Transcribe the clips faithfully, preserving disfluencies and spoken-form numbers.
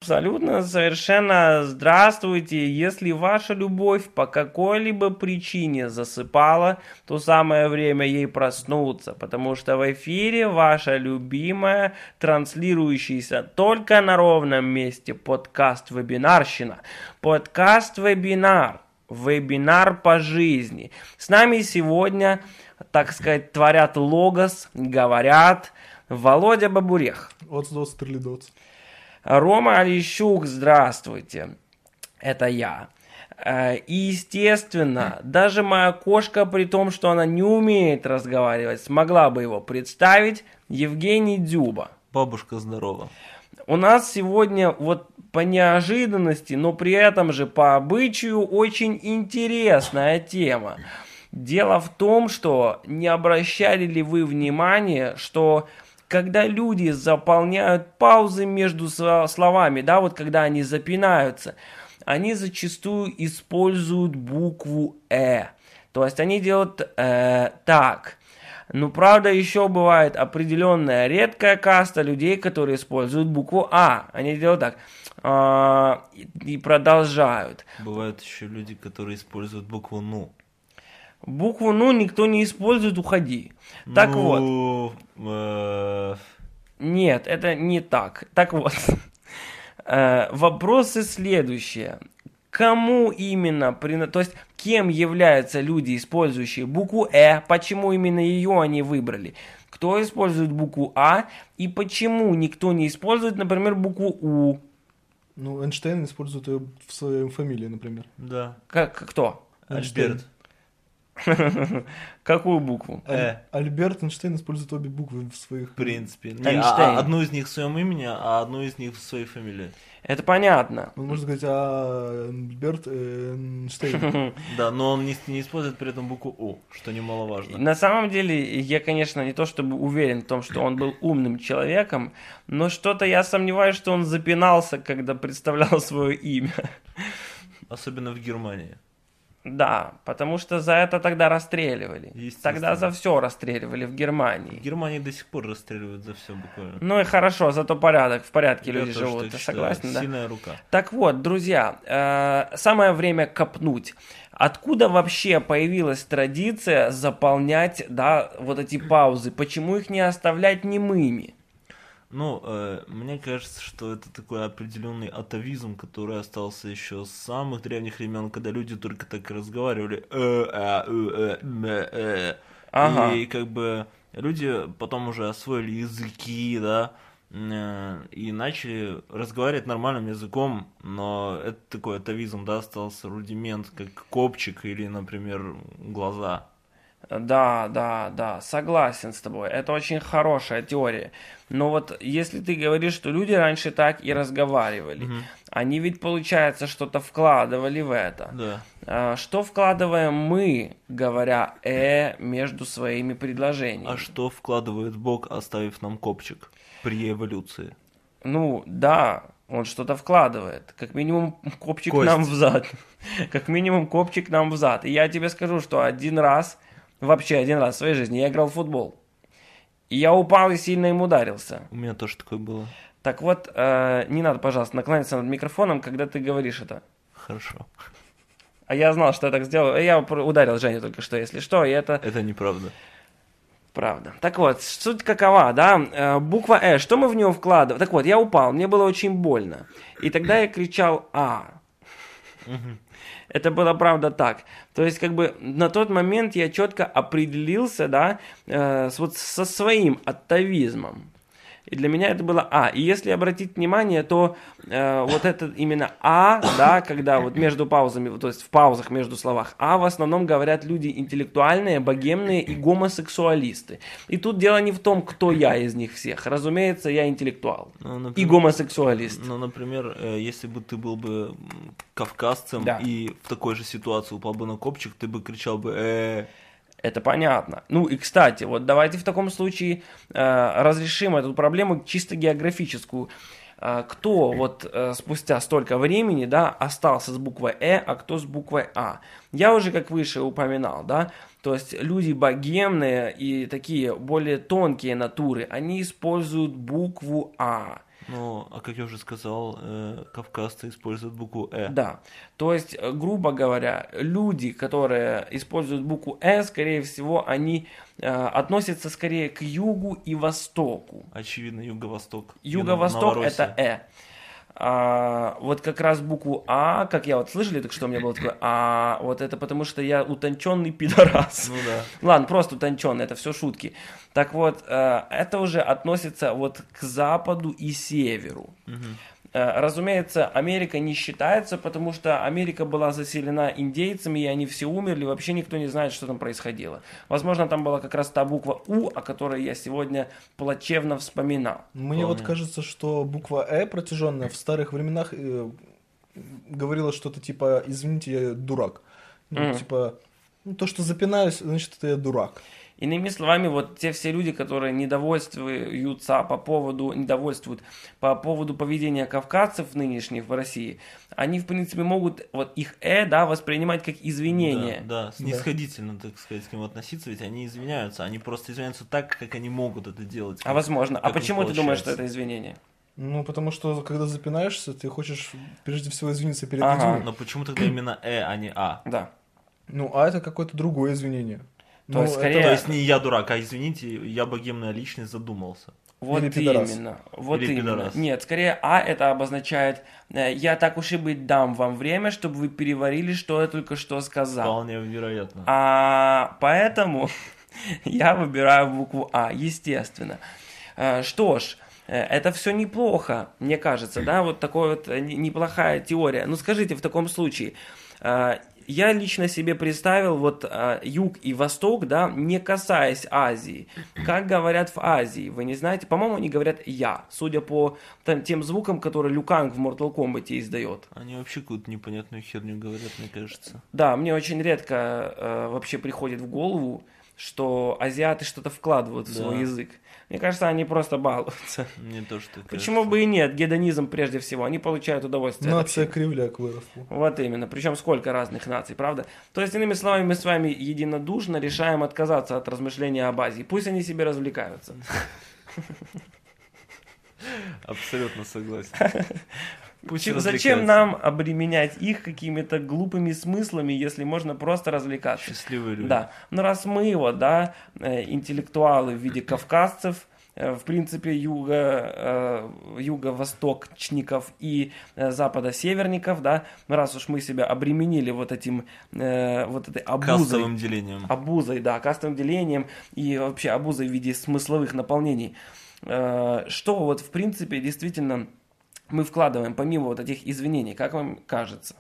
Абсолютно, совершенно здравствуйте. Если ваша любовь по какой-либо причине засыпала, то самое время ей проснуться, потому что в эфире ваша любимая, транслирующаяся только на ровном месте подкаст-вебинарщина. Подкаст-вебинар. Вебинар по жизни. С нами сегодня, так сказать, творят логос, говорят Володя Бабурех. Оцдоц, трилидоц. Рома Олещук, здравствуйте. Это я. И, естественно, даже моя кошка, при том, что она не умеет разговаривать, смогла бы его представить, Евгений Дзюба. Бабушка здорова. У нас сегодня вот по неожиданности, но при этом же по обычаю очень интересная тема. Дело в том, что не обращали ли вы внимания, что когда люди заполняют паузы между словами, да, вот когда они запинаются, они зачастую используют букву «э». То есть они делают э, так. Ну, правда, еще бывает определенная редкая каста людей, которые используют букву «а». Они делают так. Э, и продолжают. Бывают еще люди, которые используют букву «ну». Букву «ну» никто не использует, уходи. Так ну, вот. Э... Нет, это не так. Так вот. Вопросы следующие. Кому именно, то есть кем являются люди, использующие букву «э», почему именно ее они выбрали? Кто использует букву «а» и почему никто не использует, например, букву «у»? Ну, Эйнштейн использует ее в своей фамилии, например. Да. Как, кто? Альберт. Какую букву? Э. Альберт Эйнштейн использует обе буквы в своих... В принципе. Не, Эйнштейн. а, одну из них в своем имени, а одну из них в своей фамилии. Это понятно. Он может сказать, а Альберт Эйнштейн. Да, но он не, не использует при этом букву «у», что немаловажно. На самом деле, я, конечно, не то чтобы уверен в том, что он был умным человеком, но что-то я сомневаюсь, что он запинался, когда представлял свое имя. Особенно в Германии. Да, потому что за это тогда расстреливали. Тогда за все расстреливали в Германии. В Германии до сих пор расстреливают за все буквально. Ну и хорошо, зато порядок, в порядке Я люди тоже живут. Ты считаю, согласен, да? Сильная рука. Так вот, друзья, э, самое время копнуть. Откуда вообще появилась традиция заполнять, да, вот эти паузы? Почему их не оставлять немыми? Ну, э, мне кажется, что это такой определенный атовизм, который остался еще с самых древних времен, когда люди только так и разговаривали. Э, э, э, э, э. Ага. И как бы люди потом уже освоили языки, да, э, и начали разговаривать нормальным языком, но это такой атовизм, да, остался рудимент, как копчик или, например, глаза. Да, да, да, согласен с тобой. Это очень хорошая теория. Но вот если ты говоришь, что люди раньше так и разговаривали, Угу. они ведь, получается, что-то вкладывали в это. Да. А, что вкладываем мы, говоря «э» между своими предложениями? А что вкладывает Бог, оставив нам копчик при эволюции? Ну, да, он что-то вкладывает. Как минимум копчик Кость. нам в зад. Как минимум копчик нам в зад. И я тебе скажу, что один раз... Вообще один раз в своей жизни я играл в футбол. И я упал и сильно им ударился. У меня тоже такое было. Так вот, э, не надо, пожалуйста, наклоняться над микрофоном, когда ты говоришь это. Хорошо. А я знал, что я так сделал. Я ударил Женю только что, если что, и это... Это неправда. Правда. Так вот, суть какова, да? Э, буква «э», что мы в нее вкладываем? Так вот, я упал, мне было очень больно. И тогда я кричал «а». Это было, правда, так. То есть, как бы, на тот момент я четко определился, да, э, с, вот со своим атовизмом. И для меня это было «а». И если обратить внимание, то э, вот это именно «а», да, когда вот между паузами, то есть в паузах между словах «а» в основном говорят люди интеллектуальные, богемные и гомосексуалисты. И тут дело не в том, кто я из них всех. Разумеется, я интеллектуал Ну, например, и гомосексуалист. Ну, например, э, если бы ты был бы м, кавказцем Да. и в такой же ситуации упал бы на копчик, ты бы кричал бы э Это понятно. Ну и, кстати, вот давайте в таком случае э, разрешим эту проблему чисто географическую. Э, кто вот э, спустя столько времени, да, остался с буквой «э», а кто с буквой «а»? Я уже, как выше упоминал, да, то есть люди богемные и такие более тонкие натуры, они используют букву «а». Ну, а как я уже сказал, э, кавказцы используют букву «э». Да, то есть, э, грубо говоря, люди, которые используют букву «э», скорее всего, они э, относятся скорее к югу и востоку. Очевидно, юго-восток. Юго-восток – это Новороссия. «э». А, вот как раз букву «а», как я вот слышали, так что у меня было такое «а», вот это потому что я утонченный пидорас. Ну да. Ладно, просто утонченный, это все шутки. Так вот, э, это уже относится вот к западу и северу. Мгм. Э, Разумеется, Америка не считается, потому что Америка была заселена индейцами, и они все умерли, вообще никто не знает, что там происходило. Возможно, там была как раз та буква «у», о которой я сегодня плачевно вспоминал. Мне вот Вполне. кажется, что буква «э» протяженная в старых временах э, говорила что-то типа «извините, я дурак». Ну, Мгм. типа, ну, то, что запинаюсь, значит, это я дурак. Иными словами, вот те все люди, которые недовольствуются по поводу, недовольствуют по поводу поведения кавказцев нынешних в России, они, в принципе, могут вот их «э», да, воспринимать как извинение. Да, да, снисходительно, так сказать, к ним относиться, ведь они извиняются, они просто извиняются так, как они могут это делать. А как- возможно. А как у них почему ты думаешь, что получается. это извинение? Ну, потому что, когда запинаешься, ты хочешь прежде всего извиниться перед Ага. людьми. Но почему тогда именно «э», а не «а»? Да. Ну, а это какое-то другое извинение. То Ну, есть, это- скорее- То есть не «я дурак», а извините, я богемная личность задумался. Вот Или пидорас. именно. Вот Или именно. пидорас. Нет, скорее «а» это обозначает э, «я так уж и быть дам вам время, чтобы вы переварили, что я только что сказал». Вполне вероятно. А поэтому я выбираю букву «а», естественно. Э, Что ж, э, это все неплохо, мне кажется, да, вот такая вот э, не- неплохая теория. Ну скажите, в таком случае, э, я лично себе представил вот э, юг и восток, да, не касаясь Азии. Как говорят в Азии, вы не знаете? По-моему, они говорят «я», судя по там, тем звукам, которые Лю Канг в Mortal Kombat издает. Они вообще какую-то непонятную херню говорят, мне кажется. Да, мне очень редко э, вообще приходит в голову, что азиаты что-то вкладывают в Да. свой язык. Мне кажется, они просто балуются. Мне тоже так Почему кажется. бы и нет? Гедонизм прежде всего. Они получают удовольствие. от Нация общения. кривляк выросла. Вот именно. Причем сколько разных наций, правда? То есть, иными словами, мы с вами единодушно решаем отказаться от размышления об Азии. Пусть они себе развлекаются. Абсолютно согласен. Пусть Зачем развлекаются. нам обременять их какими-то глупыми смыслами, если можно просто развлекаться? Счастливые люди. Да, но раз мы вот, да, э, интеллектуалы в виде кавказцев, э, в принципе, юго, э, юго-восточников и э, запада-северников, да, раз уж мы себя обременили вот этим, э, вот этой обузой, Кастовым делением. обузой, да, кастовым делением и вообще обузой в виде смысловых наполнений, э, что вот, в принципе, действительно мы вкладываем помимо вот этих извинений, как вам кажется?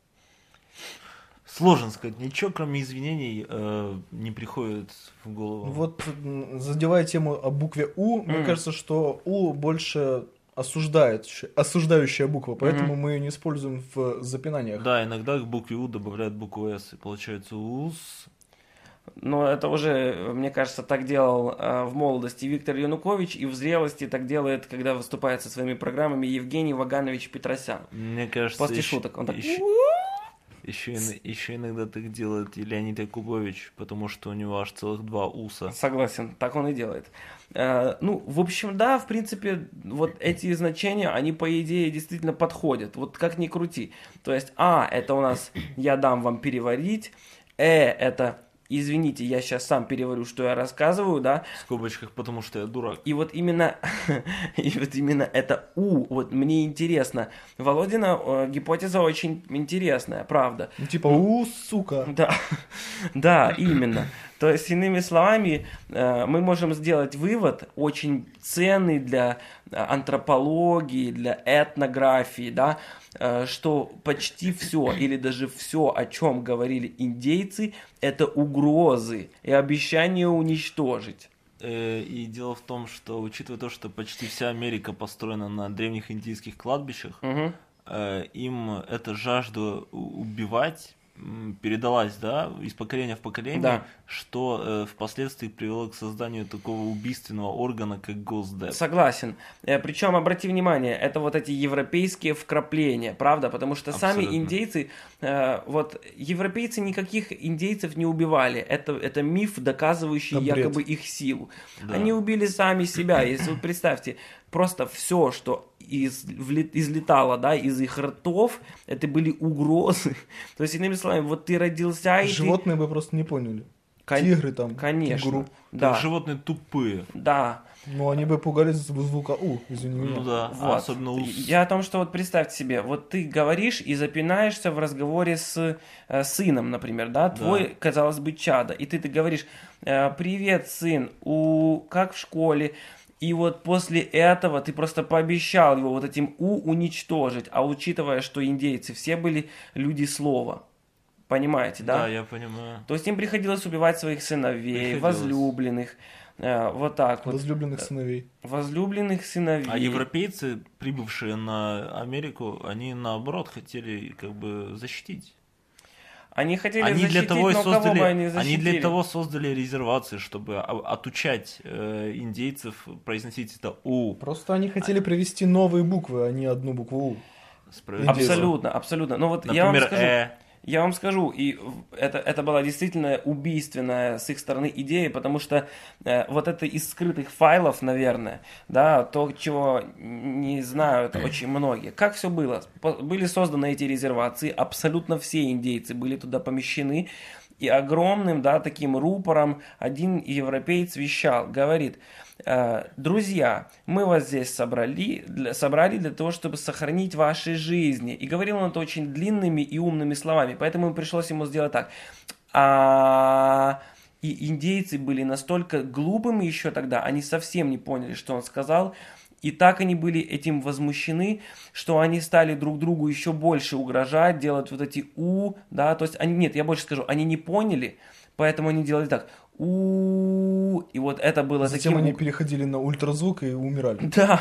Сложно сказать, ничего кроме извинений э, не приходит в голову. Вот, м, задевая тему о букве «у», мне Мгм. кажется, что «у» больше осуждает, осуждающая буква, поэтому мы ее не используем в запинаниях. Да, иногда к букве «у» добавляют букву «с», и получается «ус». Но это уже, мне кажется, так делал э, в молодости Виктор Янукович, и в зрелости так делает, когда выступает со своими программами Евгений Ваганович Петросян. Мне кажется, После еще, шуток. Он так... еще, еще, ин- еще иногда так делает и Леонид Якубович, потому что у него аж целых два уса. Согласен, так он и делает. Э, ну, в общем, да, в принципе, вот эти значения, они, по идее, действительно подходят. Вот как ни крути. То есть, А, это у нас «я дам вам переварить», Э, это... Извините, я сейчас сам переварю, что я рассказываю, да, В скобочках, потому что я дурак. и вот именно, и вот именно это «у», вот мне интересно. Володина э, гипотеза очень интересная, правда. Ну, типа «у, сука». Да, да, именно. То есть, иными словами, э, мы можем сделать вывод, очень ценный для э, антропологии, для этнографии, да, э, что почти все, или даже все, о чем говорили индейцы, это угрозы и обещание уничтожить. Э, И дело в том, что, учитывая то, что почти вся Америка построена на древних индийских кладбищах, Мгм. э, им эта жажда у- убивать м, передалась, да, из поколения в поколение, Да. что э, впоследствии привело к созданию такого убийственного органа, как Госдеп. Согласен. Э, Причем, обрати внимание, это вот эти европейские вкрапления, правда? Потому что сами Абсолютно. индейцы, э, вот европейцы никаких индейцев не убивали. Это, это миф, доказывающий Это бред. якобы их силу. Да. Они убили сами себя. Если вы представьте, просто все, что из, влет, излетало, да, из их ртов, это были угрозы. То есть, иными словами, вот ты родился и Животные ты... бы просто не поняли. Кон... Тигры там, Конечно, кенгуру. да. Животные тупые. Да. Ну, они бы пугались звука «у», извини меня. Ну да, Вот. особенно у... Я о том, что вот представьте себе, вот ты говоришь и запинаешься в разговоре с э, сыном, например, да, твой, Да. казалось бы, чадо, и ты, ты говоришь: э, привет, сын, у... как в школе, и вот после этого ты просто пообещал его вот этим «у» уничтожить, а учитывая, что индейцы все были люди слова, понимаете, да? Да, я понимаю. То есть им приходилось убивать своих сыновей, Приходилось. возлюбленных, э, вот так вот. Возлюбленных сыновей. Возлюбленных сыновей. А европейцы, прибывшие на Америку, они наоборот хотели как бы защитить. Они хотели Они защитить, для того и но кого создали, бы они они защитили? для того создали резервации, чтобы о- отучать э, индейцев произносить это «у». Просто они хотели привести новые буквы, а не одну букву «у». Справедливо. Абсолютно, абсолютно. Но вот я вам Например, скажу, «э». я вам скажу, и это, это была действительно убийственная с их стороны идея, потому что э, вот это из скрытых файлов, наверное, да, то, чего не знают очень многие. Как все было? По- Были созданы эти резервации, абсолютно все индейцы были туда помещены, и огромным, да, таким рупором один европеец вещал, говорит: э, друзья, мы вас здесь собрали для, собрали для того, чтобы сохранить ваши жизни. И говорил он это очень длинными и умными словами, поэтому пришлось ему сделать так. А... И индейцы были настолько глупыми еще тогда, они совсем не поняли, что он сказал. И так они были этим возмущены, что они стали друг другу еще больше угрожать, делать вот эти «у», да, то есть они, нет, я больше скажу, они не поняли, поэтому они делали так «у», и вот это было Затем таким... они переходили на ультразвук и умирали. Да,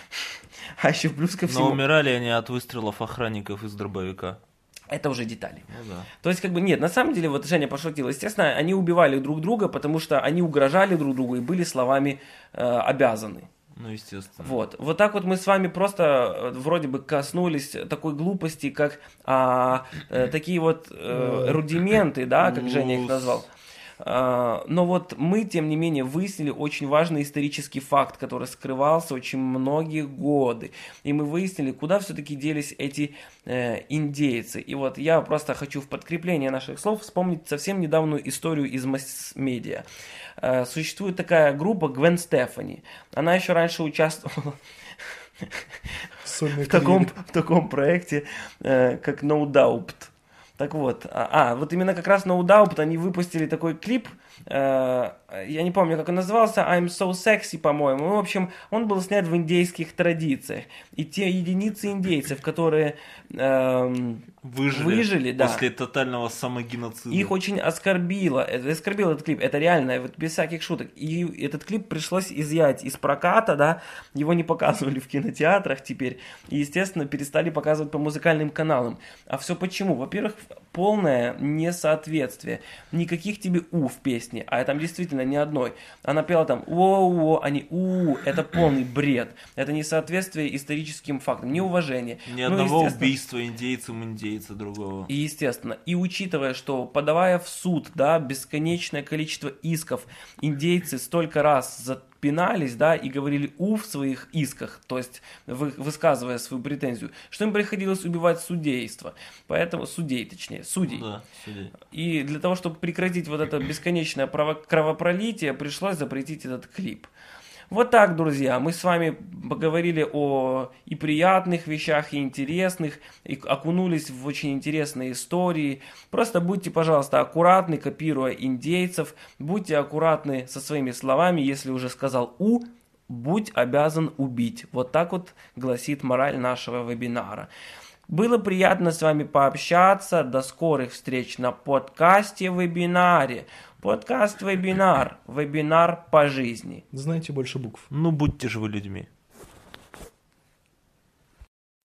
а еще плюс ко всему... Но умирали они от выстрелов охранников из дробовика. Это уже детали. Ну да. То есть, как бы, нет, на самом деле, вот Женя пошутил, естественно, они убивали друг друга, потому что они угрожали друг другу и были словами э, обязаны. Ну, естественно. Вот. Вот так вот мы с вами просто э, вроде бы коснулись такой глупости, как а, э, такие вот э, рудименты, да, как Женя их назвал. А, но вот мы, тем не менее, выяснили очень важный исторический факт, который скрывался очень многие годы. И мы выяснили, куда все-таки делись эти э, индейцы. И вот я просто хочу в подкрепление наших слов вспомнить совсем недавнюю историю из масс-медиа. Э, существует такая группа Гвен Стефани. Она еще раньше участвовала Сольные в таком, карьеры. в таком проекте, э, как No Doubt. Так вот, а, а, вот именно как раз No Doubt они выпустили такой клип, э, я не помню, как он назывался, I'm So Sexy, по-моему. Ну, в общем, он был снят в индейских традициях. И те единицы индейцев, которые эм, Выжили, выжили, да, после тотального самогеноцида. их очень оскорбило, это, оскорбил этот клип, это реально, вот без всяких шуток. И этот клип пришлось изъять из проката, да, его не показывали в кинотеатрах теперь, и, естественно, перестали показывать по музыкальным каналам. А все почему? Во-первых, полное несоответствие. Никаких тебе «у» в песне, а там действительно ни одной. Она пела там «уо-уо», а не «у». Это полный бред. Это несоответствие историческим фактам, неуважение. Ни Ну, одного естественно, убийства индейцем индейца другого. и естественно, и учитывая, что подавая в суд, да, бесконечное количество исков, индейцы столько раз запинались, да, и говорили «у» в своих исках, то есть вы, высказывая свою претензию, что им приходилось убивать судейство, поэтому судей, точнее, судей. Да, судей. И для того, чтобы прекратить вот это бесконечное право- кровопролитие, пришлось запретить этот клип. Вот так, друзья, мы с вами поговорили о и приятных вещах, и интересных, и окунулись в очень интересные истории. Просто будьте, пожалуйста, аккуратны, копируя индейцев, будьте аккуратны со своими словами, если уже сказал «у», будь обязан убить. Вот так вот гласит мораль нашего вебинара. Было приятно с вами пообщаться. До скорых встреч на подкасте-вебинаре. Подкаст-вебинар. Вебинар по жизни. Знаете больше букв. Ну, будьте же вы людьми.